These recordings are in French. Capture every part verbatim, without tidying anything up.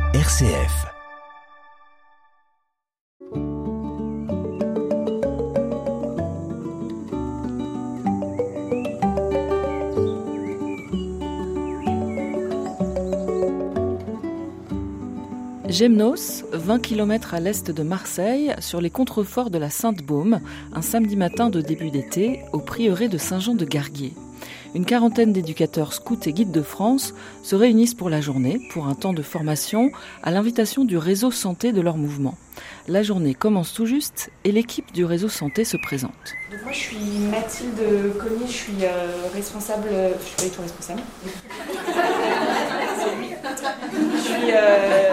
R C F. Gemnos, vingt kilomètres à l'est de Marseille, sur les contreforts de la Sainte-Baume, un samedi matin de début d'été, au prieuré de Saint-Jean-de-Garguier. Une quarantaine d'éducateurs scouts et guides de France se réunissent pour la journée, pour un temps de formation, à l'invitation du réseau santé de leur mouvement. La journée commence tout juste et l'équipe du réseau santé se présente. Donc moi je suis Mathilde Cognier, je suis euh, responsable, euh, je suis pas du tout responsable. C'est lui. Je suis, euh,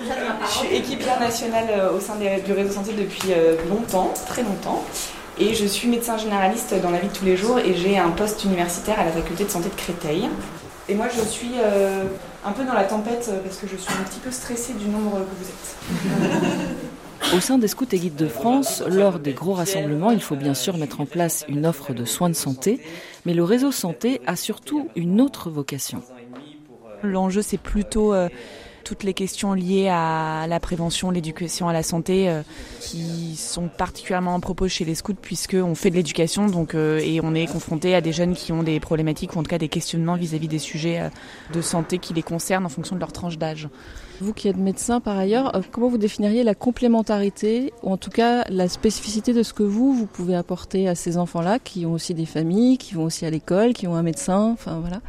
je suis équipière nationale au sein des, du réseau santé depuis euh, longtemps, très longtemps. Et je suis médecin généraliste dans la vie de tous les jours et j'ai un poste universitaire à la faculté de santé de Créteil. Et moi je suis euh, un peu dans la tempête parce que je suis un petit peu stressée du nombre que vous êtes. Au sein des scouts et guides de France, lors des gros rassemblements, il faut bien sûr mettre en place une offre de soins de santé, mais le réseau santé a surtout une autre vocation. L'enjeu, c'est plutôt euh, toutes les questions liées à la prévention, l'éducation à la santé, euh, qui sont particulièrement en propos chez les scouts, puisqu'on fait de l'éducation donc, euh, et on est confronté à des jeunes qui ont des problématiques ou en tout cas des questionnements vis-à-vis des sujets euh, de santé qui les concernent en fonction de leur tranche d'âge. Vous qui êtes médecin par ailleurs, comment vous définiriez la complémentarité, ou en tout cas la spécificité de ce que vous, vous pouvez apporter à ces enfants-là, qui ont aussi des familles, qui vont aussi à l'école, qui ont un médecin, enfin voilà.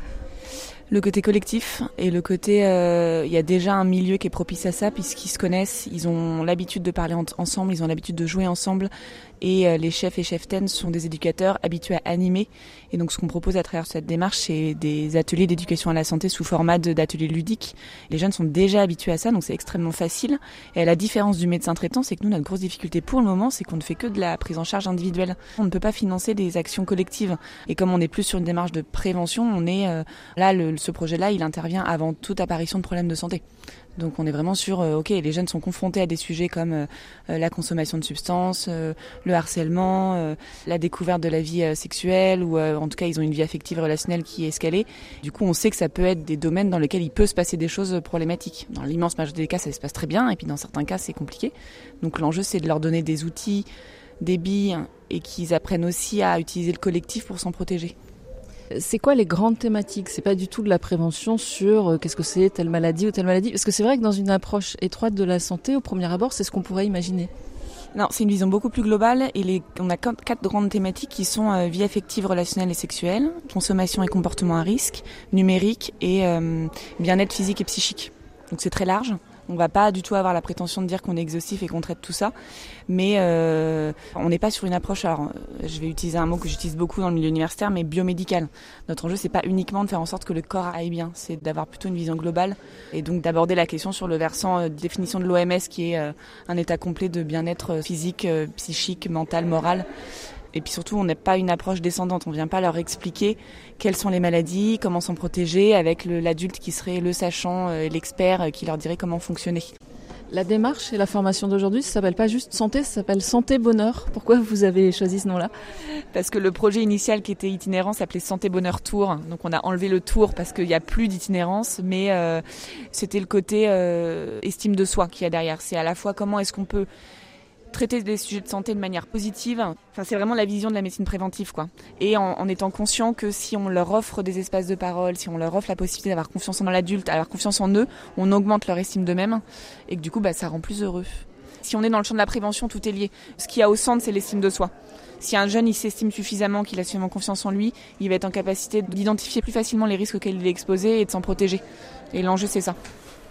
Le côté collectif et le côté, euh, il y a déjà un milieu qui est propice à ça puisqu'ils se connaissent, ils ont l'habitude de parler en- ensemble, ils ont l'habitude de jouer ensemble et euh, les chefs et cheftaines sont des éducateurs habitués à animer. Et donc ce qu'on propose à travers cette démarche, c'est des ateliers d'éducation à la santé sous format de, d'ateliers ludiques. Les jeunes sont déjà habitués à ça, donc c'est extrêmement facile. Et à la différence du médecin traitant, c'est que nous, notre grosse difficulté pour le moment, c'est qu'on ne fait que de la prise en charge individuelle. On ne peut pas financer des actions collectives. Et comme on est plus sur une démarche de prévention, on est euh, là, le, ce projet-là, il intervient avant toute apparition de problèmes de santé. Donc on est vraiment sur, euh, ok, les jeunes sont confrontés à des sujets comme euh, la consommation de substances, euh, le harcèlement, euh, la découverte de la vie euh, sexuelle, ou euh, en tout cas ils ont une vie affective et relationnelle qui est escalée. Du coup on sait que ça peut être des domaines dans lesquels il peut se passer des choses problématiques. Dans l'immense majorité des cas ça se passe très bien, et puis dans certains cas c'est compliqué. Donc l'enjeu c'est de leur donner des outils, des billes, et qu'ils apprennent aussi à utiliser le collectif pour s'en protéger. C'est quoi les grandes thématiques ? C'est pas du tout de la prévention sur euh, qu'est-ce que c'est, telle maladie ou telle maladie. Parce que c'est vrai que dans une approche étroite de la santé, au premier abord, c'est ce qu'on pourrait imaginer. Non, c'est une vision beaucoup plus globale et les, on a quatre grandes thématiques qui sont euh, vie affective, relationnelle et sexuelle, consommation et comportement à risque, numérique et euh, bien-être physique et psychique. Donc c'est très large. On ne va pas du tout avoir la prétention de dire qu'on est exhaustif et qu'on traite tout ça, mais euh, on n'est pas sur une approche, alors je vais utiliser un mot que j'utilise beaucoup dans le milieu universitaire, mais biomédical. Notre enjeu, c'est pas uniquement de faire en sorte que le corps aille bien, c'est d'avoir plutôt une vision globale et donc d'aborder la question sur le versant euh, définition de l'O M S qui est euh, un état complet de bien-être physique, euh, psychique, mental, moral. Et puis surtout, on n'a pas une approche descendante. On ne vient pas leur expliquer quelles sont les maladies, comment s'en protéger, avec le, l'adulte qui serait le sachant et l'expert qui leur dirait comment fonctionner. La démarche et la formation d'aujourd'hui, ça s'appelle pas juste santé, ça s'appelle santé bonheur. Pourquoi vous avez choisi ce nom-là ? Parce que le projet initial qui était itinérant s'appelait Santé Bonheur Tour. Donc on a enlevé le tour parce qu'il n'y a plus d'itinérance, mais euh, c'était le côté euh, estime de soi qu'il y a derrière. C'est à la fois comment est-ce qu'on peut traiter des sujets de santé de manière positive. Enfin, c'est vraiment la vision de la médecine préventive, quoi. Et en, en étant conscient que si on leur offre des espaces de parole, si on leur offre la possibilité d'avoir confiance en l'adulte, avoir confiance en eux, on augmente leur estime d'eux-mêmes et que du coup, bah, ça rend plus heureux. Si on est dans le champ de la prévention, tout est lié. Ce qu'il y a au centre, c'est l'estime de soi. Si un jeune il s'estime suffisamment, qu'il a suffisamment confiance en lui, il va être en capacité d'identifier plus facilement les risques auxquels il est exposé et de s'en protéger. Et l'enjeu, c'est ça.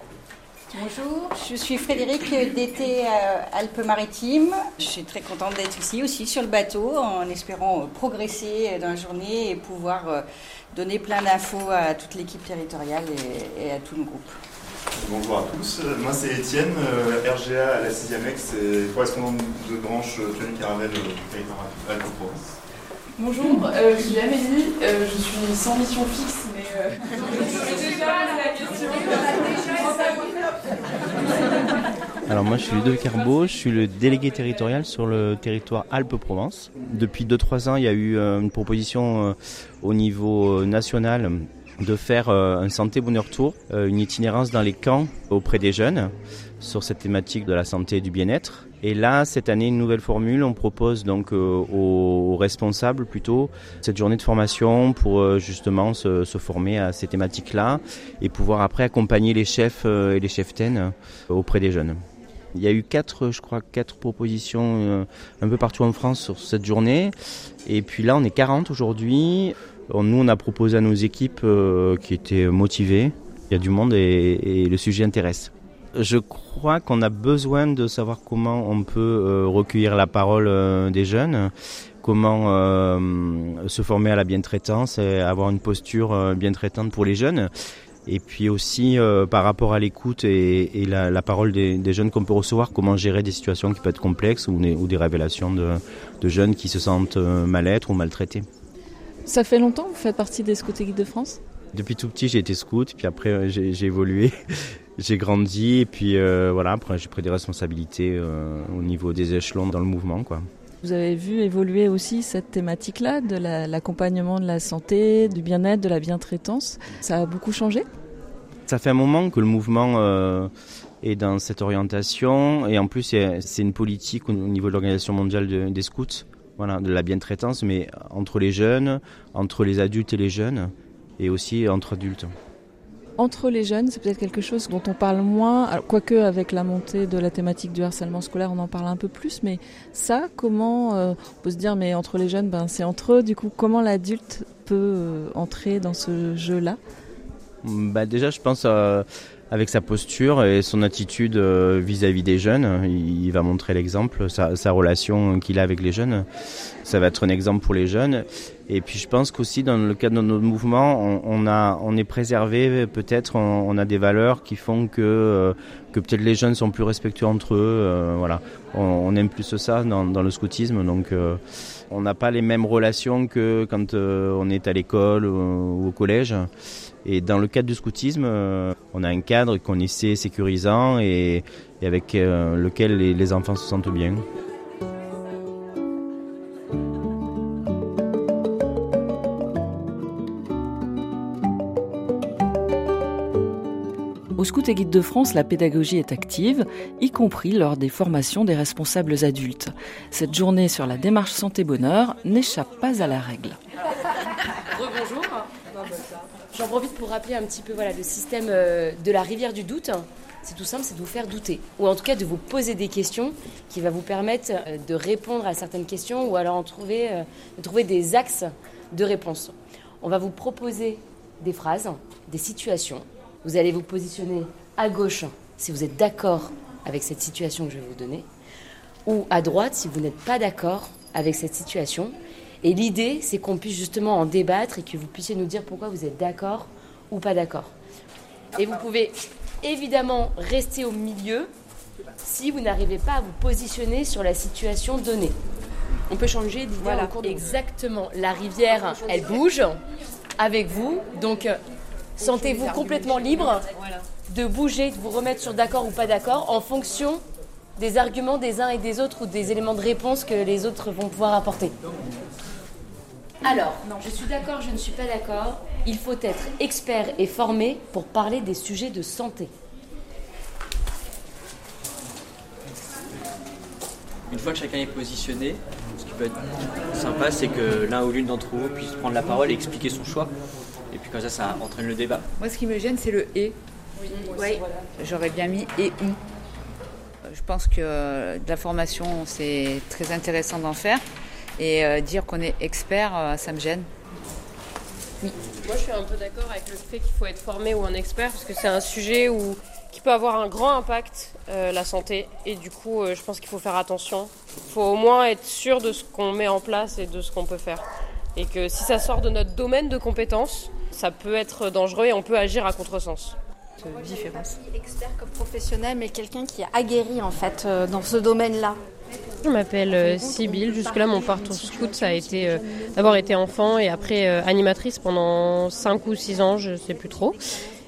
Bonjour, je suis Frédéric d'E T Alpes-Maritimes. Je suis très contente d'être ici aussi sur le bateau en espérant progresser dans la journée et pouvoir donner plein d'infos à toute l'équipe territoriale et, et à tout le groupe. Bonjour à tous, moi c'est Étienne, R G A à la sixième Ex et correspondant de branche Tunnel Caravelle au territoire Alpes-Provence. Bonjour, euh, je suis Amélie, euh, je suis sans mission fixe, mais euh... je déjà la question. Alors moi je suis Ludovic Herbeau, je suis le délégué territorial sur le territoire Alpes-Provence. Depuis deux trois ans il y a eu une proposition au niveau national de faire euh, un santé bonheur tour, euh, une itinérance dans les camps auprès des jeunes sur cette thématique de la santé et du bien-être. Et là, cette année, une nouvelle formule, on propose donc euh, aux, aux responsables plutôt cette journée de formation pour euh, justement se, se former à ces thématiques-là et pouvoir après accompagner les chefs euh, et les cheftaines euh, auprès des jeunes. Il y a eu quatre, je crois, quatre propositions euh, un peu partout en France sur cette journée. Et puis là, on est quarante aujourd'hui. Nous, on a proposé à nos équipes euh, qui étaient motivées. Il y a du monde et, et le sujet intéresse. Je crois qu'on a besoin de savoir comment on peut euh, recueillir la parole euh, des jeunes, comment euh, se former à la bientraitance et avoir une posture euh, bientraitante pour les jeunes. Et puis aussi euh, par rapport à l'écoute et, et la, la parole des, des jeunes qu'on peut recevoir, comment gérer des situations qui peuvent être complexes ou des, ou des révélations de, de jeunes qui se sentent euh, mal-être ou maltraités. Ça fait longtemps que vous faites partie des Scouts et Guides de France ? Depuis tout petit, j'ai été scout, puis après j'ai, j'ai évolué, j'ai grandi, et puis euh, voilà, après j'ai pris des responsabilités euh, au niveau des échelons dans le mouvement, quoi. Vous avez vu évoluer aussi cette thématique-là, de la, l'accompagnement de la santé, du bien-être, de la bientraitance. Ça a beaucoup changé ? Ça fait un moment que le mouvement euh, est dans cette orientation, et en plus c'est, c'est une politique au niveau de l'Organisation mondiale de, des scouts, voilà, de la bientraitance, mais entre les jeunes, entre les adultes et les jeunes, et aussi entre adultes. Entre les jeunes, c'est peut-être quelque chose dont on parle moins, alors, quoique avec la montée de la thématique du harcèlement scolaire, on en parle un peu plus, mais ça, comment, euh, on peut se dire, mais entre les jeunes, ben, c'est entre eux, du coup, comment l'adulte peut euh, entrer dans ce jeu-là ? Bah déjà, je pense euh, avec sa posture et son attitude euh, vis-à-vis des jeunes, il, il va montrer l'exemple, sa, sa relation qu'il a avec les jeunes, ça va être un exemple pour les jeunes. Et puis je pense qu'aussi dans le cadre de notre mouvement, on, on, a, on est préservé, peut-être on, on a des valeurs qui font que, euh, que peut-être les jeunes sont plus respectueux entre eux. Euh, voilà. on, on aime plus ça dans, dans le scoutisme, donc euh, on n'a pas les mêmes relations que quand euh, on est à l'école ou, ou au collège. Et dans le cadre du scoutisme, euh, on a un cadre qu'on essaie sécurisant et, et avec euh, lequel les, les enfants se sentent bien. Aux Scouts et Guides de France, la pédagogie est active, y compris lors des formations des responsables adultes. Cette journée sur la démarche santé-bonheur n'échappe pas à la règle. Rebonjour. J'en profite pour rappeler un petit peu voilà, le système euh, de la rivière du doute. C'est tout simple, c'est de vous faire douter. Ou en tout cas de vous poser des questions qui va vous permettre euh, de répondre à certaines questions ou alors en trouver, euh, de trouver des axes de réponse. On va vous proposer des phrases, des situations. Vous allez vous positionner à gauche si vous êtes d'accord avec cette situation que je vais vous donner, ou à droite si vous n'êtes pas d'accord avec cette situation. Et l'idée, c'est qu'on puisse justement en débattre et que vous puissiez nous dire pourquoi vous êtes d'accord ou pas d'accord. Et vous pouvez évidemment rester au milieu si vous n'arrivez pas à vous positionner sur la situation donnée. On peut changer d'idée voilà, en cours de... Exactement. La rivière, elle bouge avec vous, donc... Sentez-vous complètement libre de bouger, de vous remettre sur d'accord ou pas d'accord en fonction des arguments des uns et des autres ou des éléments de réponse que les autres vont pouvoir apporter. Alors, je suis d'accord, je ne suis pas d'accord. Il faut être expert et formé pour parler des sujets de santé. Une fois que chacun est positionné, ce qui peut être sympa, c'est que l'un ou l'une d'entre vous puisse prendre la parole et expliquer son choix. Et puis comme ça, ça entraîne le débat. Moi, ce qui me gêne, c'est le « et ». Oui. oui. J'aurais bien mis « et ou ». Je pense que de la formation, c'est très intéressant d'en faire. Et euh, dire qu'on est expert, euh, ça me gêne. Oui. Moi, je suis un peu d'accord avec le fait qu'il faut être formé ou un expert, parce que c'est un sujet où, qui peut avoir un grand impact, euh, la santé. Et du coup, euh, je pense qu'il faut faire attention. Il faut au moins être sûr de ce qu'on met en place et de ce qu'on peut faire. Et que si ça sort de notre domaine de compétences, ça peut être dangereux et on peut agir à contresens. Cette différence. Expert comme professionnel, mais quelqu'un qui est aguerri en fait euh, dans ce domaine-là. Je m'appelle euh, Sybille. Jusque-là, mon parcours scout, ça a été euh, d'abord été enfant et après euh, animatrice pendant cinq ou six ans, je ne sais plus trop.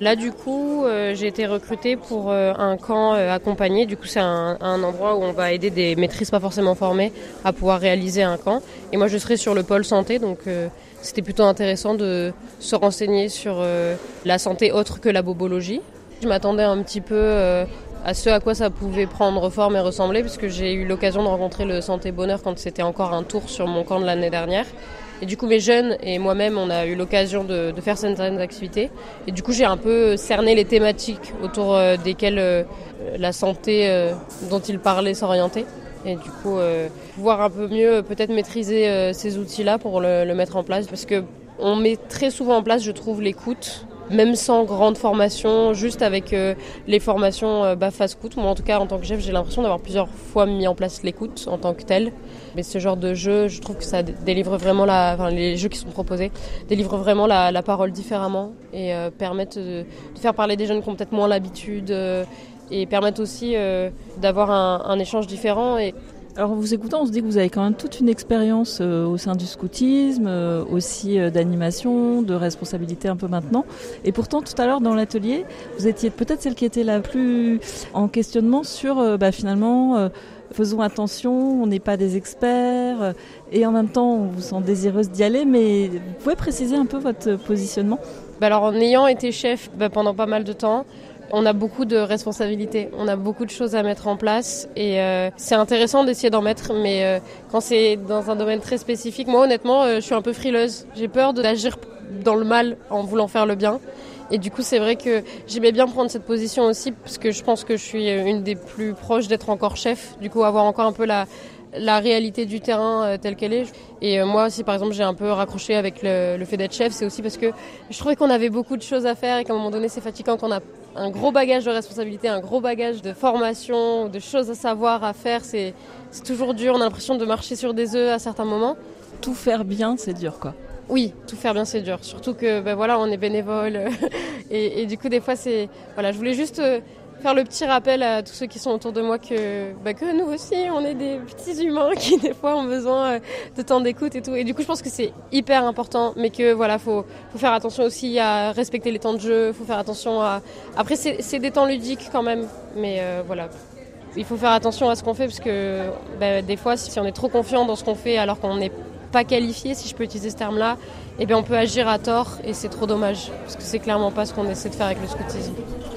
Là, du coup, euh, j'ai été recrutée pour euh, un camp euh, accompagné. Du coup, c'est un, un endroit où on va aider des maîtrises pas forcément formées à pouvoir réaliser un camp. Et moi, je serai sur le pôle santé, donc euh, c'était plutôt intéressant de se renseigner sur euh, la santé autre que la bobologie. Je m'attendais un petit peu euh, à ce à quoi ça pouvait prendre forme et ressembler, puisque j'ai eu l'occasion de rencontrer le Santé Bonheur quand c'était encore un tour sur mon camp de l'année dernière. Et du coup, mes jeunes et moi-même, on a eu l'occasion de, de faire certaines activités. Et du coup, j'ai un peu cerné les thématiques autour euh, desquelles euh, la santé euh, dont ils parlaient s'orientait. Et du coup, euh, pouvoir un peu mieux peut-être maîtriser euh, ces outils-là pour le, le mettre en place. Parce qu'on met très souvent en place, je trouve, l'écoute, même sans grande formation, juste avec euh, les formations euh, B A F A-Scout. Moi, en tout cas, en tant que chef, j'ai l'impression d'avoir plusieurs fois mis en place l'écoute en tant que telle. Mais ce genre de jeu, je trouve que ça délivre vraiment la, enfin, les jeux qui sont proposés délivrent vraiment la, la parole différemment et euh, permettent de, de faire parler des jeunes qui ont peut-être moins l'habitude euh, et permettent aussi euh, d'avoir un, un échange différent. Et alors en vous écoutant, on se dit que vous avez quand même toute une expérience euh, au sein du scoutisme, euh, aussi euh, d'animation, de responsabilité un peu maintenant. Et pourtant, tout à l'heure dans l'atelier, vous étiez peut-être celle qui était la plus en questionnement sur euh, bah, finalement... Euh, faisons attention, on n'est pas des experts et en même temps on vous sent désireuse d'y aller, mais vous pouvez préciser un peu votre positionnement ? Bah alors en ayant été chef bah pendant pas mal de temps, on a beaucoup de responsabilités, on a beaucoup de choses à mettre en place et euh, c'est intéressant d'essayer d'en mettre, mais euh, quand c'est dans un domaine très spécifique, moi honnêtement euh, je suis un peu frileuse, j'ai peur d'agir dans le mal en voulant faire le bien. Et du coup, c'est vrai que j'aimais bien prendre cette position aussi, parce que je pense que je suis une des plus proches d'être encore chef. Du coup, avoir encore un peu la, la réalité du terrain euh, telle qu'elle est. Et euh, moi, si par exemple j'ai un peu raccroché avec le, le fait d'être chef, c'est aussi parce que je trouvais qu'on avait beaucoup de choses à faire et qu'à un moment donné, c'est fatigant, qu'on a un gros bagage de responsabilité, un gros bagage de formation, de choses à savoir, à faire. C'est, c'est toujours dur, on a l'impression de marcher sur des œufs à certains moments. Tout faire bien, c'est dur, quoi. Oui, tout faire bien, c'est dur. Surtout que, ben voilà, on est bénévole. et, et du coup, des fois, c'est... Voilà, je voulais juste faire le petit rappel à tous ceux qui sont autour de moi que, ben, que nous aussi, on est des petits humains qui, des fois, ont besoin de temps d'écoute et tout. Et du coup, je pense que c'est hyper important, mais que, voilà, faut, faut faire attention aussi à respecter les temps de jeu. Faut faire attention à... Après, c'est, c'est des temps ludiques quand même, mais euh, voilà. Il faut faire attention à ce qu'on fait, parce que, ben, des fois, si on est trop confiant dans ce qu'on fait alors qu'on n'est pas qualifié, si je peux utiliser ce terme-là, eh bien on peut agir à tort et c'est trop dommage, parce que c'est clairement pas ce qu'on essaie de faire avec le scoutisme.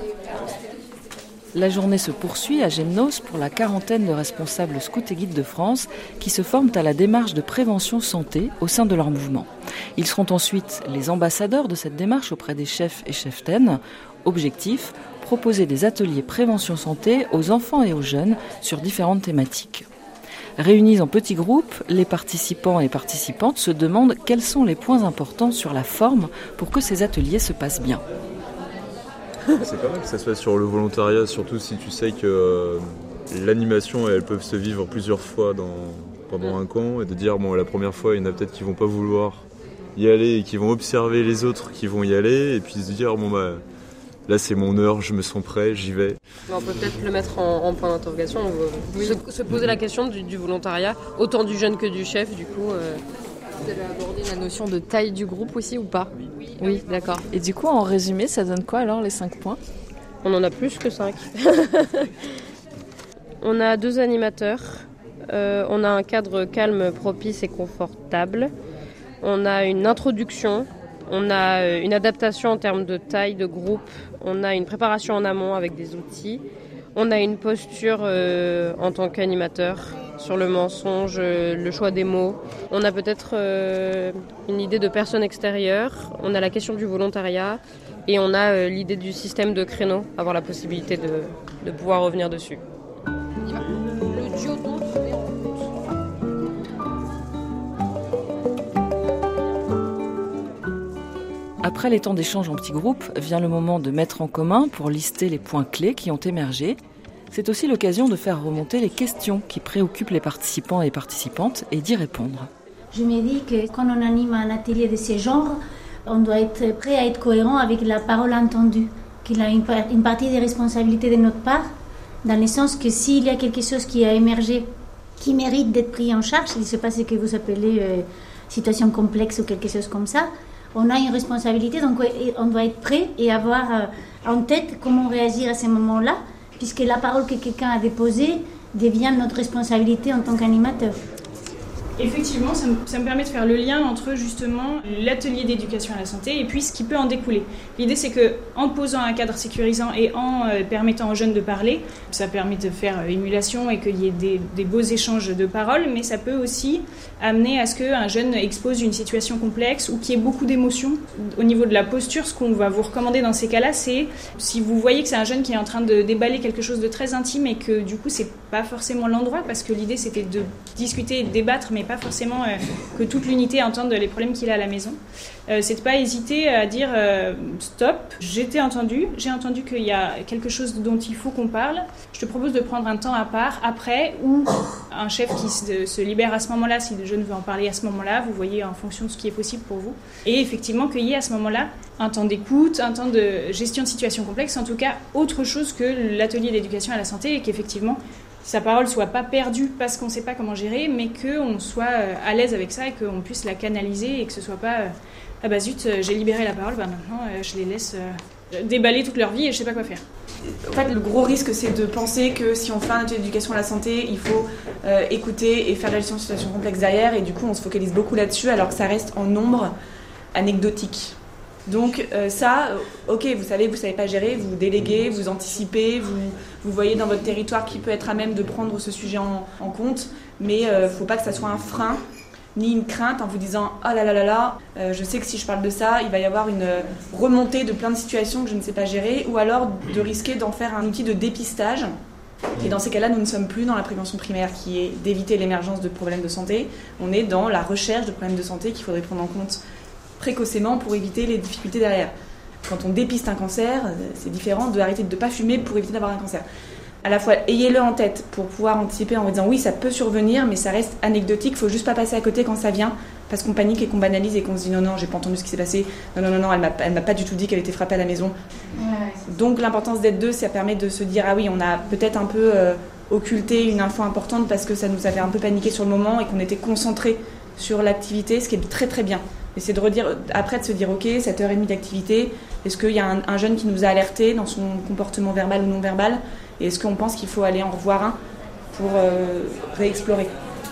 La journée se poursuit à Gemnos pour la quarantaine de responsables scouts et guides de France qui se forment à la démarche de prévention santé au sein de leur mouvement. Ils seront ensuite les ambassadeurs de cette démarche auprès des chefs et cheftaines. Objectif, proposer des ateliers prévention santé aux enfants et aux jeunes sur différentes thématiques. Réunis en petits groupes, les participants et participantes se demandent quels sont les points importants sur la forme pour que ces ateliers se passent bien. C'est pas mal que ça soit sur le volontariat, surtout si tu sais que euh, l'animation, elle peut se vivre plusieurs fois dans, pendant un camp, et de dire, bon, la première fois, il y en a peut-être qui vont pas vouloir y aller et qui vont observer les autres qui vont y aller, et puis se dire, bon, bah, là, c'est mon heure, je me sens prêt, j'y vais. On peut peut-être le mettre en, en point d'interrogation, oui. se, se poser la question du, du volontariat, autant du jeune que du chef, du coup. Euh... Vous avez abordé la notion de taille du groupe aussi ou pas ? Oui, oui, d'accord. Et du coup, en résumé, ça donne quoi alors les cinq points ? On en a plus que cinq. On a deux animateurs, euh, on a un cadre calme, propice et confortable, on a une introduction, on a une adaptation en termes de taille de groupe, on a une préparation en amont avec des outils, on a une posture euh, en tant qu'animateur sur le mensonge, le choix des mots. On a peut-être euh, une idée de personnes extérieures, on a la question du volontariat et on a euh, l'idée du système de créneaux, avoir la possibilité de, de pouvoir revenir dessus. Le duo donc se met en route. Après les temps d'échange en petits groupes, vient le moment de mettre en commun pour lister les points clés qui ont émergé. C'est aussi l'occasion de faire remonter les questions qui préoccupent les participants et participantes et d'y répondre. Je me dis que quand on anime un atelier de ce genre, on doit être prêt à être cohérent avec la parole entendue, qu'il a une, une partie des responsabilités de notre part, dans le sens que s'il y a quelque chose qui a émergé, qui mérite d'être pris en charge, je ne sais pas ce que vous appelez euh, situation complexe ou quelque chose comme ça, on a une responsabilité, donc on doit être prêt et avoir en tête comment réagir à ces moments-là, puisque la parole que quelqu'un a déposée devient notre responsabilité en tant qu'animateur. Effectivement, ça me, ça me permet de faire le lien entre justement l'atelier d'éducation à la santé et puis ce qui peut en découler. L'idée, c'est qu'en posant un cadre sécurisant et en euh, permettant aux jeunes de parler, ça permet de faire euh, émulation et qu'il y ait des, des beaux échanges de paroles, mais ça peut aussi amener à ce qu'un jeune expose une situation complexe ou qu'il y ait beaucoup d'émotions. Au niveau de la posture, ce qu'on va vous recommander dans ces cas-là, c'est si vous voyez que c'est un jeune qui est en train de déballer quelque chose de très intime et que du coup, c'est pas forcément l'endroit, parce que l'idée, c'était de discuter et de débattre, mais pas forcément euh, que toute l'unité entende les problèmes qu'il a à la maison. Euh, c'est de pas hésiter à dire euh, stop, j'ai été entendu, j'ai entendu qu'il y a quelque chose dont il faut qu'on parle, je te propose de prendre un temps à part après, ou un chef qui se, se libère à ce moment-là, si le jeune veut en parler à ce moment-là, vous voyez en fonction de ce qui est possible pour vous, et effectivement qu'il y ait à ce moment-là un temps d'écoute, un temps de gestion de situation complexe, en tout cas autre chose que l'atelier d'éducation à la santé, et qu'effectivement sa parole soit pas perdue parce qu'on ne sait pas comment gérer, mais qu'on soit à l'aise avec ça et qu'on puisse la canaliser et que ce soit pas euh, ah bah zut, j'ai libéré la parole, bah maintenant euh, je les laisse euh, déballer toute leur vie et je sais pas quoi faire. En fait, le gros risque, c'est de penser que si on fait un atelier d'éducation à la santé, il faut euh, écouter et faire la gestion de situations complexes derrière, et du coup on se focalise beaucoup là-dessus alors que ça reste en nombre anecdotique. Donc euh, ça, euh, ok, vous savez, vous savez pas gérer, vous déléguez, vous anticipez, vous, vous voyez dans votre territoire qui peut être à même de prendre ce sujet en, en compte, mais il euh, faut pas que ça soit un frein, ni une crainte en vous disant « Ah là là là là, euh, je sais que si je parle de ça, il va y avoir une remontée de plein de situations que je ne sais pas gérer », ou alors de risquer d'en faire un outil de dépistage. Et dans ces cas-là, nous ne sommes plus dans la prévention primaire qui est d'éviter l'émergence de problèmes de santé, on est dans la recherche de problèmes de santé qu'il faudrait prendre en compte précocement pour éviter les difficultés derrière. Quand on dépiste un cancer, c'est différent de arrêter de ne pas fumer pour éviter d'avoir un cancer. À la fois, ayez-le en tête pour pouvoir anticiper en vous disant oui, ça peut survenir, mais ça reste anecdotique, il faut juste pas passer à côté quand ça vient, parce qu'on panique et qu'on banalise et qu'on se dit non, non, j'ai pas entendu ce qui s'est passé, non, non, non, non, elle m'a, elle m'a pas du tout dit qu'elle était frappée à la maison. Ouais. Donc l'importance d'être deux, ça permet de se dire ah oui, on a peut-être un peu euh, occulté une info importante parce que ça nous avait un peu paniqué sur le moment et qu'on était concentré sur l'activité, ce qui est très très bien. Et c'est de redire, après de se dire ok, sept heures trente d'activité, est-ce qu'il y a un, un jeune qui nous a alerté dans son comportement verbal ou non verbal, et est-ce qu'on pense qu'il faut aller en revoir un pour euh, réexplorer.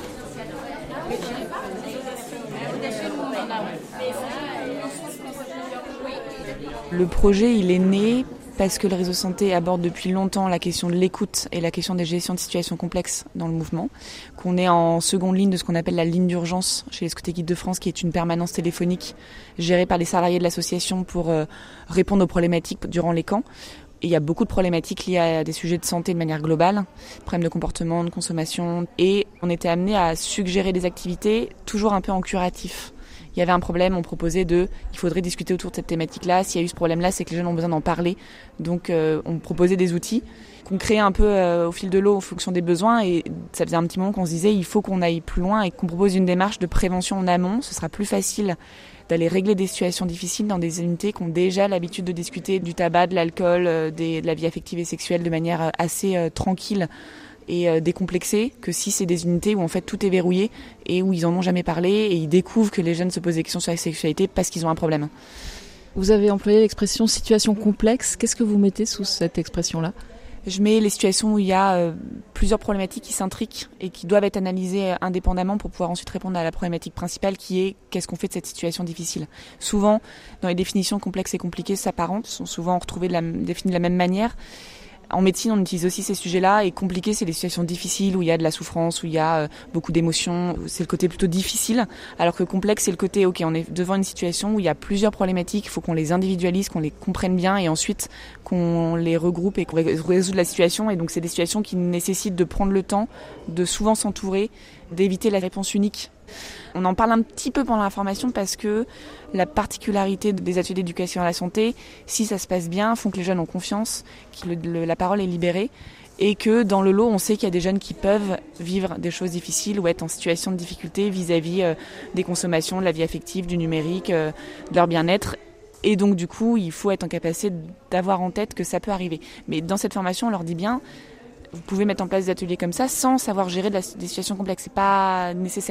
Le projet, il est né parce que le réseau santé aborde depuis longtemps la question de l'écoute et la question des gestions de situations complexes dans le mouvement, qu'on est en seconde ligne de ce qu'on appelle la ligne d'urgence chez les Scouts et Guides de France, qui est une permanence téléphonique gérée par les salariés de l'association pour euh, répondre aux problématiques durant les camps. Et il y a beaucoup de problématiques liées à des sujets de santé de manière globale, problèmes de comportement, de consommation, et on était amené à suggérer des activités toujours un peu en curatif. Il y avait un problème, on proposait de, il faudrait discuter autour de cette thématique-là. S'il y a eu ce problème-là, c'est que les jeunes ont besoin d'en parler. Donc, euh, on proposait des outils qu'on créait un peu euh, au fil de l'eau en fonction des besoins. Et ça faisait un petit moment qu'on se disait, il faut qu'on aille plus loin et qu'on propose une démarche de prévention en amont. Ce sera plus facile d'aller régler des situations difficiles dans des unités qui ont déjà l'habitude de discuter du tabac, de l'alcool, euh, des, de la vie affective et sexuelle de manière assez euh, tranquille et euh, décomplexé, que si c'est des unités où en fait tout est verrouillé et où ils en ont jamais parlé et ils découvrent que les jeunes se posent des questions sur la sexualité parce qu'ils ont un problème. Vous avez employé l'expression situation complexe. Qu'est-ce que vous mettez sous cette expression-là ? Je mets les situations où il y a euh, plusieurs problématiques qui s'intriquent et qui doivent être analysées indépendamment pour pouvoir ensuite répondre à la problématique principale qui est qu'est-ce qu'on fait de cette situation difficile. Souvent, dans les définitions complexes et compliquées s'apparentent, sont souvent retrouvées de la, définies de la même manière. En médecine, on utilise aussi ces sujets-là, et compliqué, c'est les situations difficiles où il y a de la souffrance, où il y a euh, beaucoup d'émotions, c'est le côté plutôt difficile, alors que complexe, c'est le côté, ok, on est devant une situation où il y a plusieurs problématiques, il faut qu'on les individualise, qu'on les comprenne bien, et ensuite qu'on les regroupe et qu'on résout la situation, et donc c'est des situations qui nécessitent de prendre le temps, de souvent s'entourer, d'éviter la réponse unique. On en parle un petit peu pendant la formation parce que la particularité des ateliers d'éducation à la santé, si ça se passe bien, font que les jeunes ont confiance, que le, le, la parole est libérée et que dans le lot, on sait qu'il y a des jeunes qui peuvent vivre des choses difficiles ou être en situation de difficulté vis-à-vis euh, des consommations, de la vie affective, du numérique, euh, de leur bien-être. Et donc du coup, il faut être en capacité d'avoir en tête que ça peut arriver. Mais dans cette formation, on leur dit bien, vous pouvez mettre en place des ateliers comme ça sans savoir gérer de la, des situations complexes. C'est pas nécessaire.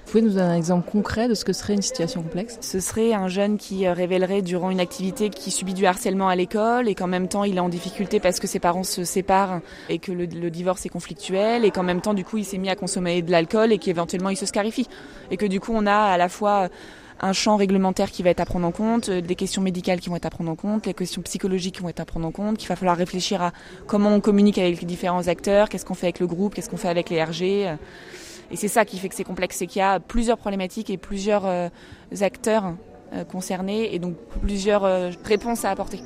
Vous pouvez nous donner un exemple concret de ce que serait une situation complexe ? Ce serait un jeune qui révélerait durant une activité qu'il subit du harcèlement à l'école et qu'en même temps il est en difficulté parce que ses parents se séparent et que le, le divorce est conflictuel et qu'en même temps du coup il s'est mis à consommer de l'alcool et qu'éventuellement il se scarifie. Et que du coup on a à la fois un champ réglementaire qui va être à prendre en compte, des questions médicales qui vont être à prendre en compte, les questions psychologiques qui vont être à prendre en compte, qu'il va falloir réfléchir à comment on communique avec les différents acteurs, qu'est-ce qu'on fait avec le groupe, qu'est-ce qu'on fait avec les R G. Et c'est ça qui fait que c'est complexe, c'est qu'il y a plusieurs problématiques et plusieurs euh, acteurs euh, concernés et donc plusieurs euh, réponses à apporter.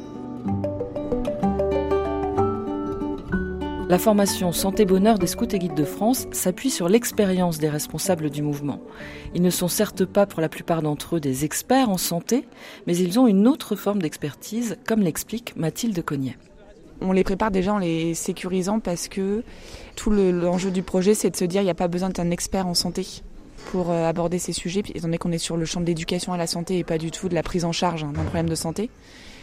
La formation Santé-Bonheur des Scouts et Guides de France s'appuie sur l'expérience des responsables du mouvement. Ils ne sont certes pas pour la plupart d'entre eux des experts en santé, mais ils ont une autre forme d'expertise, comme l'explique Mathilde Cognet. On les prépare déjà en les sécurisant parce que tout le, l'enjeu du projet, c'est de se dire qu'il n'y a pas besoin d'être un expert en santé pour euh, aborder ces sujets, étant donné qu'on est sur le champ de l'éducation à la santé et pas du tout de la prise en charge hein, d'un problème de santé.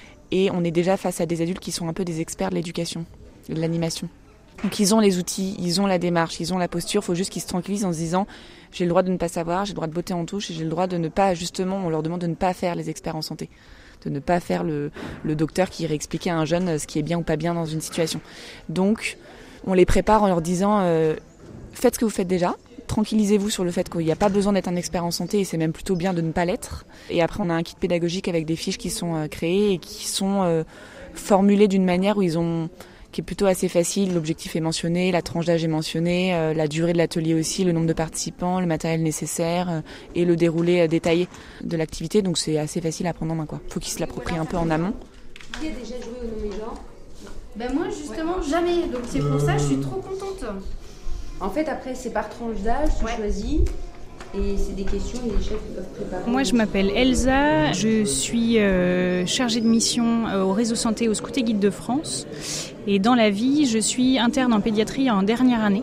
Et on est déjà face à des adultes qui sont un peu des experts de l'éducation, de l'animation. Donc ils ont les outils, ils ont la démarche, ils ont la posture, il faut juste qu'ils se tranquillisent en se disant j'ai le droit de ne pas savoir, j'ai le droit de botter en touche et j'ai le droit de ne pas, justement, on leur demande de ne pas faire les experts en santé. De ne pas faire le, le docteur qui irait expliquer à un jeune ce qui est bien ou pas bien dans une situation. Donc, on les prépare en leur disant euh, faites ce que vous faites déjà, tranquillisez-vous sur le fait qu'il n'y a pas besoin d'être un expert en santé et c'est même plutôt bien de ne pas l'être. Et après, on a un kit pédagogique avec des fiches qui sont euh, créées et qui sont euh, formulées d'une manière où ils ont... qui est plutôt assez facile. L'objectif est mentionné, la tranche d'âge est mentionnée, euh, la durée de l'atelier aussi, le nombre de participants, le matériel nécessaire euh, et le déroulé euh, détaillé de l'activité. Donc c'est assez facile à prendre en main, quoi. Faut qu'ils se l'approprient un peu en amont. Qui a déjà joué au nommé genre ? Ben moi justement jamais, donc c'est pour ça que je suis trop contente. En fait après c'est par tranche d'âge, tu ouais. choisis. Et c'est des questions et les chefs peuvent préparer. Moi, je m'appelle Elsa, je suis euh, chargée de mission euh, au réseau santé aux Scouts et Guides de France. Et dans la vie, je suis interne en pédiatrie en dernière année.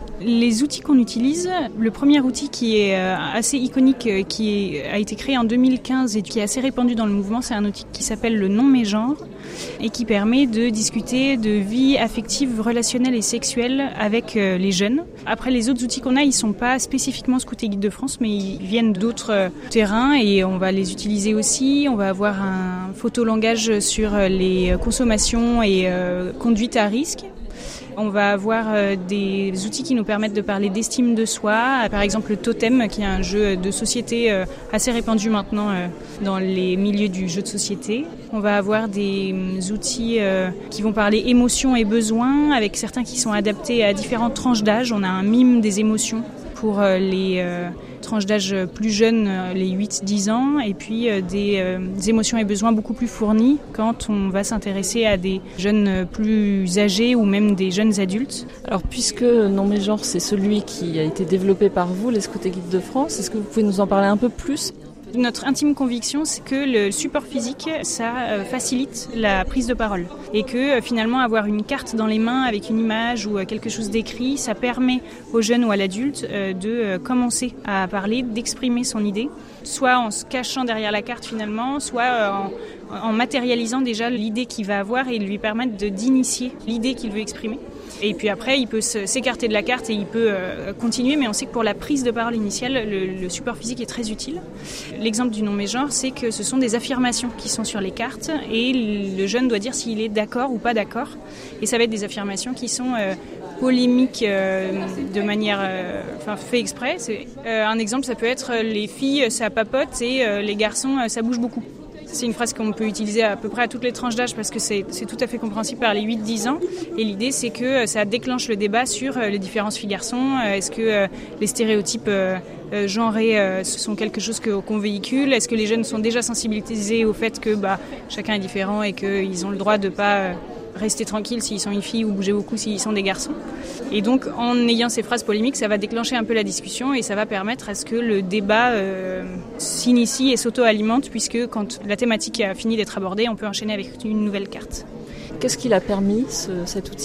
Les outils qu'on utilise, le premier outil qui est assez iconique, qui est, a été créé en deux mille quinze et qui est assez répandu dans le mouvement, c'est un outil qui s'appelle le nom mes genres et qui permet de discuter de vie affective, relationnelle et sexuelle avec les jeunes. Après, les autres outils qu'on a, ils ne sont pas spécifiquement Scouts et Guides de France, mais ils viennent d'autres terrains et on va les utiliser aussi. On va avoir un photolangage sur les consommations et euh, conduite à risque. On va avoir euh, des outils qui nous permettent de parler d'estime de soi, par exemple le Totem, qui est un jeu de société euh, assez répandu maintenant euh, dans les milieux du jeu de société. On va avoir des euh, outils euh, qui vont parler émotions et besoins, avec certains qui sont adaptés à différentes tranches d'âge. On a un mime des émotions pour euh, les euh, tranches d'âge plus jeunes, euh, les huit dix ans, et puis euh, des, euh, des émotions et besoins beaucoup plus fournis quand on va s'intéresser à des jeunes plus âgés ou même des jeunes adultes. Alors puisque Nom mes genres, c'est celui qui a été développé par vous, les Scouts et Guides de France, est-ce que vous pouvez nous en parler un peu plus ? Notre intime conviction, c'est que le support physique, ça euh, facilite la prise de parole. Et que euh, finalement, avoir une carte dans les mains avec une image ou euh, quelque chose d'écrit, ça permet au jeune ou à l'adulte euh, de euh, commencer à parler, d'exprimer son idée, soit en se cachant derrière la carte finalement, soit euh, en, en matérialisant déjà l'idée qu'il va avoir et lui permettre de, d'initier l'idée qu'il veut exprimer. Et puis après, il peut s'écarter de la carte et il peut euh, continuer, mais on sait que pour la prise de parole initiale, le, le support physique est très utile. L'exemple du nom mes genres, c'est que ce sont des affirmations qui sont sur les cartes et le jeune doit dire s'il est d'accord ou pas d'accord. Et ça va être des affirmations qui sont euh, polémiques euh, de manière euh, enfin, fait exprès. C'est, euh, un exemple, ça peut être euh, les filles, ça papote et euh, les garçons, euh, ça bouge beaucoup. C'est une phrase qu'on peut utiliser à peu près à toutes les tranches d'âge parce que c'est, c'est tout à fait compréhensible par les huit dix ans. Et l'idée, c'est que ça déclenche le débat sur les différences filles-garçons. Est-ce que les stéréotypes genrés sont quelque chose que, qu'on véhicule ? Est-ce que les jeunes sont déjà sensibilisés au fait que bah, chacun est différent et qu'ils ont le droit de ne pas rester tranquilles s'ils sont une fille ou bouger beaucoup s'ils sont des garçons. Et donc, en ayant ces phrases polémiques, ça va déclencher un peu la discussion et ça va permettre à ce que le débat euh, s'initie et s'auto-alimente, puisque quand la thématique a fini d'être abordée, on peut enchaîner avec une nouvelle carte. Qu'est-ce qu'il a permis, ce, cet outil-là ?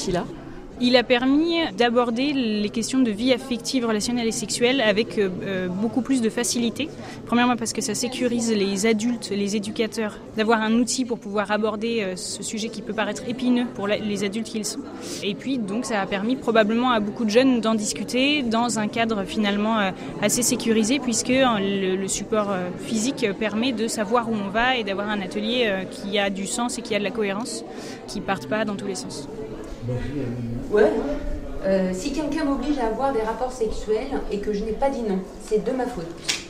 Il a permis d'aborder les questions de vie affective, relationnelle et sexuelle avec euh, beaucoup plus de facilité. Premièrement parce que ça sécurise les adultes, les éducateurs, d'avoir un outil pour pouvoir aborder euh, ce sujet qui peut paraître épineux pour la, les adultes qu'ils sont. Et puis donc ça a permis probablement à beaucoup de jeunes d'en discuter dans un cadre finalement euh, assez sécurisé puisque euh, le, le support euh, physique permet de savoir où on va et d'avoir un atelier euh, qui a du sens et qui a de la cohérence, qui ne parte pas dans tous les sens. Ouais. Euh, si quelqu'un m'oblige à avoir des rapports sexuels et que je n'ai pas dit non, c'est de ma faute.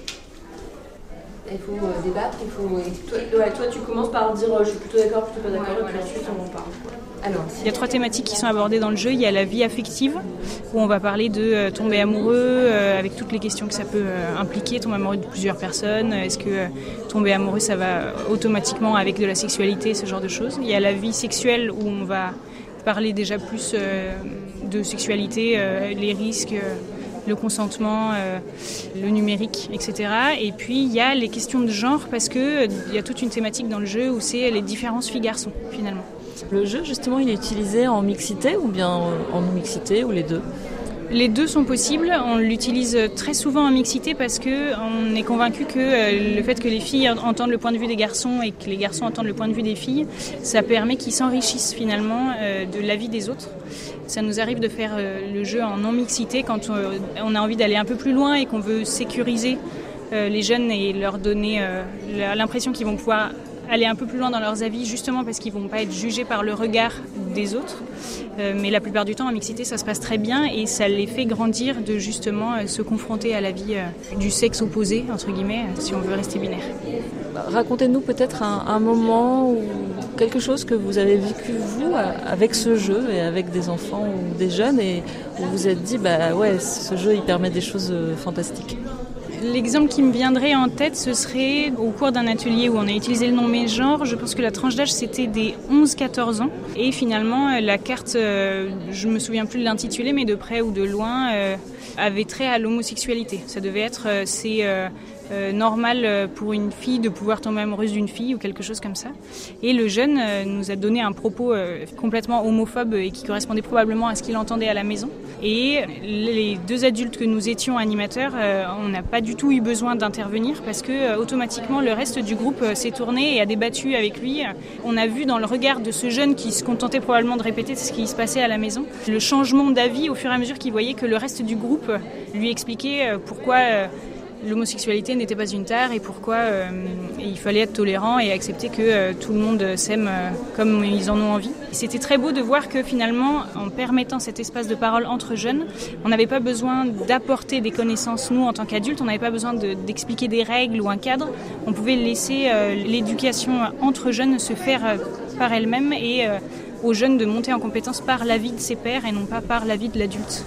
Il faut euh, débattre, il faut expliquer. Toi, ouais, toi, tu commences par dire euh, je suis plutôt d'accord, plutôt pas d'accord, ouais, et puis ensuite on en parle. Alors, il y a trois thématiques qui sont abordées dans le jeu. Il y a la vie affective, où on va parler de euh, tomber amoureux, euh, avec toutes les questions que ça peut euh, impliquer, tomber amoureux de plusieurs personnes. Est-ce que euh, tomber amoureux, ça va automatiquement avec de la sexualité, ce genre de choses. Il y a la vie sexuelle, où on va parler déjà plus euh, de sexualité, euh, les risques, euh, le consentement, euh, le numérique, et cetera. Et puis il y a les questions de genre, parce qu'il euh, y a toute une thématique dans le jeu où c'est les différences filles-garçons, finalement. Le jeu, justement, il est utilisé en mixité ou bien en non-mixité, ou les deux ? Les deux sont possibles. On l'utilise très souvent en mixité parce qu'on est convaincu que le fait que les filles entendent le point de vue des garçons et que les garçons entendent le point de vue des filles, ça permet qu'ils s'enrichissent finalement de l'avis des autres. Ça nous arrive de faire le jeu en non-mixité quand on a envie d'aller un peu plus loin et qu'on veut sécuriser les jeunes et leur donner l'impression qu'ils vont pouvoir aller un peu plus loin dans leurs avis, justement parce qu'ils ne vont pas être jugés par le regard des autres. Euh, mais la plupart du temps, en mixité, ça se passe très bien et ça les fait grandir de justement euh, se confronter à la vie euh, du sexe opposé, entre guillemets, si on veut rester binaire. Racontez-nous peut-être un, un moment ou quelque chose que vous avez vécu, vous, avec ce jeu et avec des enfants ou des jeunes, et où vous vous êtes dit, bah ouais, ce jeu, il permet des choses fantastiques. L'exemple qui me viendrait en tête, ce serait au cours d'un atelier où on a utilisé le nom mégenre. Je pense que la tranche d'âge, c'était des onze à quatorze ans. Et finalement, la carte, euh, je me souviens plus de l'intitulé, mais de près ou de loin, euh, avait trait à l'homosexualité. Ça devait être, euh, c'est euh, euh, normal pour une fille de pouvoir tomber amoureuse d'une fille ou quelque chose comme ça. Et le jeune euh, nous a donné un propos euh, complètement homophobe et qui correspondait probablement à ce qu'il entendait à la maison. Et les deux adultes que nous étions animateurs, euh, on n'a pas du tout eu besoin d'intervenir parce que euh, automatiquement le reste du groupe euh, s'est tourné et a débattu avec lui. On a vu dans le regard de ce jeune qui se contentait probablement de répéter ce qui se passait à la maison, le changement d'avis au fur et à mesure qu'il voyait que le reste du groupe lui expliquait euh, pourquoi euh, l'homosexualité n'était pas une tare et pourquoi euh, il fallait être tolérant et accepter que euh, tout le monde s'aime euh, comme ils en ont envie. Et c'était très beau de voir que finalement, en permettant cet espace de parole entre jeunes, on n'avait pas besoin d'apporter des connaissances, nous, en tant qu'adultes, on n'avait pas besoin de, d'expliquer des règles ou un cadre. On pouvait laisser euh, l'éducation entre jeunes se faire euh, par elle-même et euh, aux jeunes de monter en compétence par l'avis de ses pairs et non pas par l'avis de l'adulte.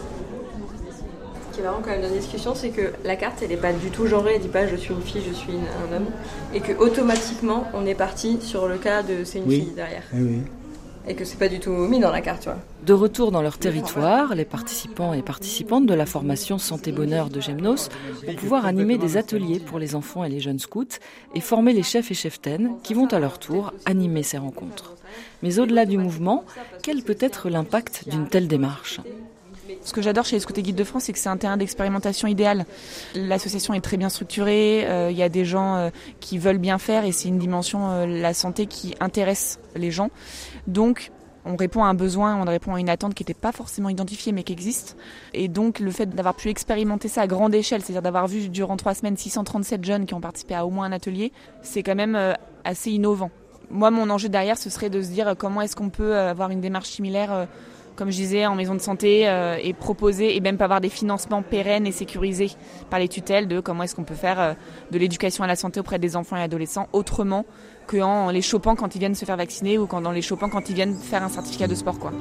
Ce qui est marrant quand même dans la discussion, c'est que la carte, elle n'est pas du tout genrée, elle dit pas je suis une fille, je suis une, un homme, et que automatiquement on est parti sur le cas de c'est une oui. fille derrière. Oui, oui. Et que c'est pas du tout mis dans la carte, tu vois. De retour dans leur territoire, les participants et participantes de la formation Santé Bonheur de Gemnos vont pouvoir animer des ateliers pour les enfants et les jeunes scouts et former les chefs et cheftaines qui vont à leur tour animer ces rencontres. Mais au-delà du mouvement, quel peut être l'impact d'une telle démarche ? Ce que j'adore chez les Scouts et Guides de France, c'est que c'est un terrain d'expérimentation idéal. L'association est très bien structurée, il euh, y a des gens euh, qui veulent bien faire et c'est une dimension, euh, la santé, qui intéresse les gens. Donc, on répond à un besoin, on répond à une attente qui n'était pas forcément identifiée mais qui existe. Et donc, le fait d'avoir pu expérimenter ça à grande échelle, c'est-à-dire d'avoir vu durant trois semaines six cent trente-sept jeunes qui ont participé à au moins un atelier, c'est quand même euh, assez innovant. Moi, mon enjeu derrière, ce serait de se dire comment est-ce qu'on peut avoir une démarche similaire euh, comme je disais, en maison de santé euh, et proposer et même avoir des financements pérennes et sécurisés par les tutelles de comment est-ce qu'on peut faire euh, de l'éducation à la santé auprès des enfants et adolescents autrement qu'en les chopant quand ils viennent se faire vacciner ou quand dans les chopant quand ils viennent faire un certificat de sport, quoi.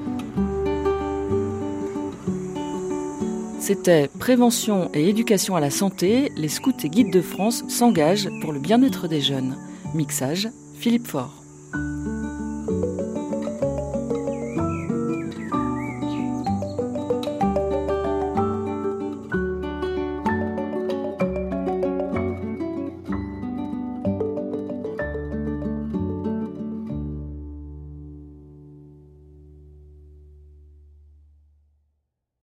C'était Prévention et éducation à la santé, les Scouts et Guides de France s'engagent pour le bien-être des jeunes. Mixage, Philippe Faure.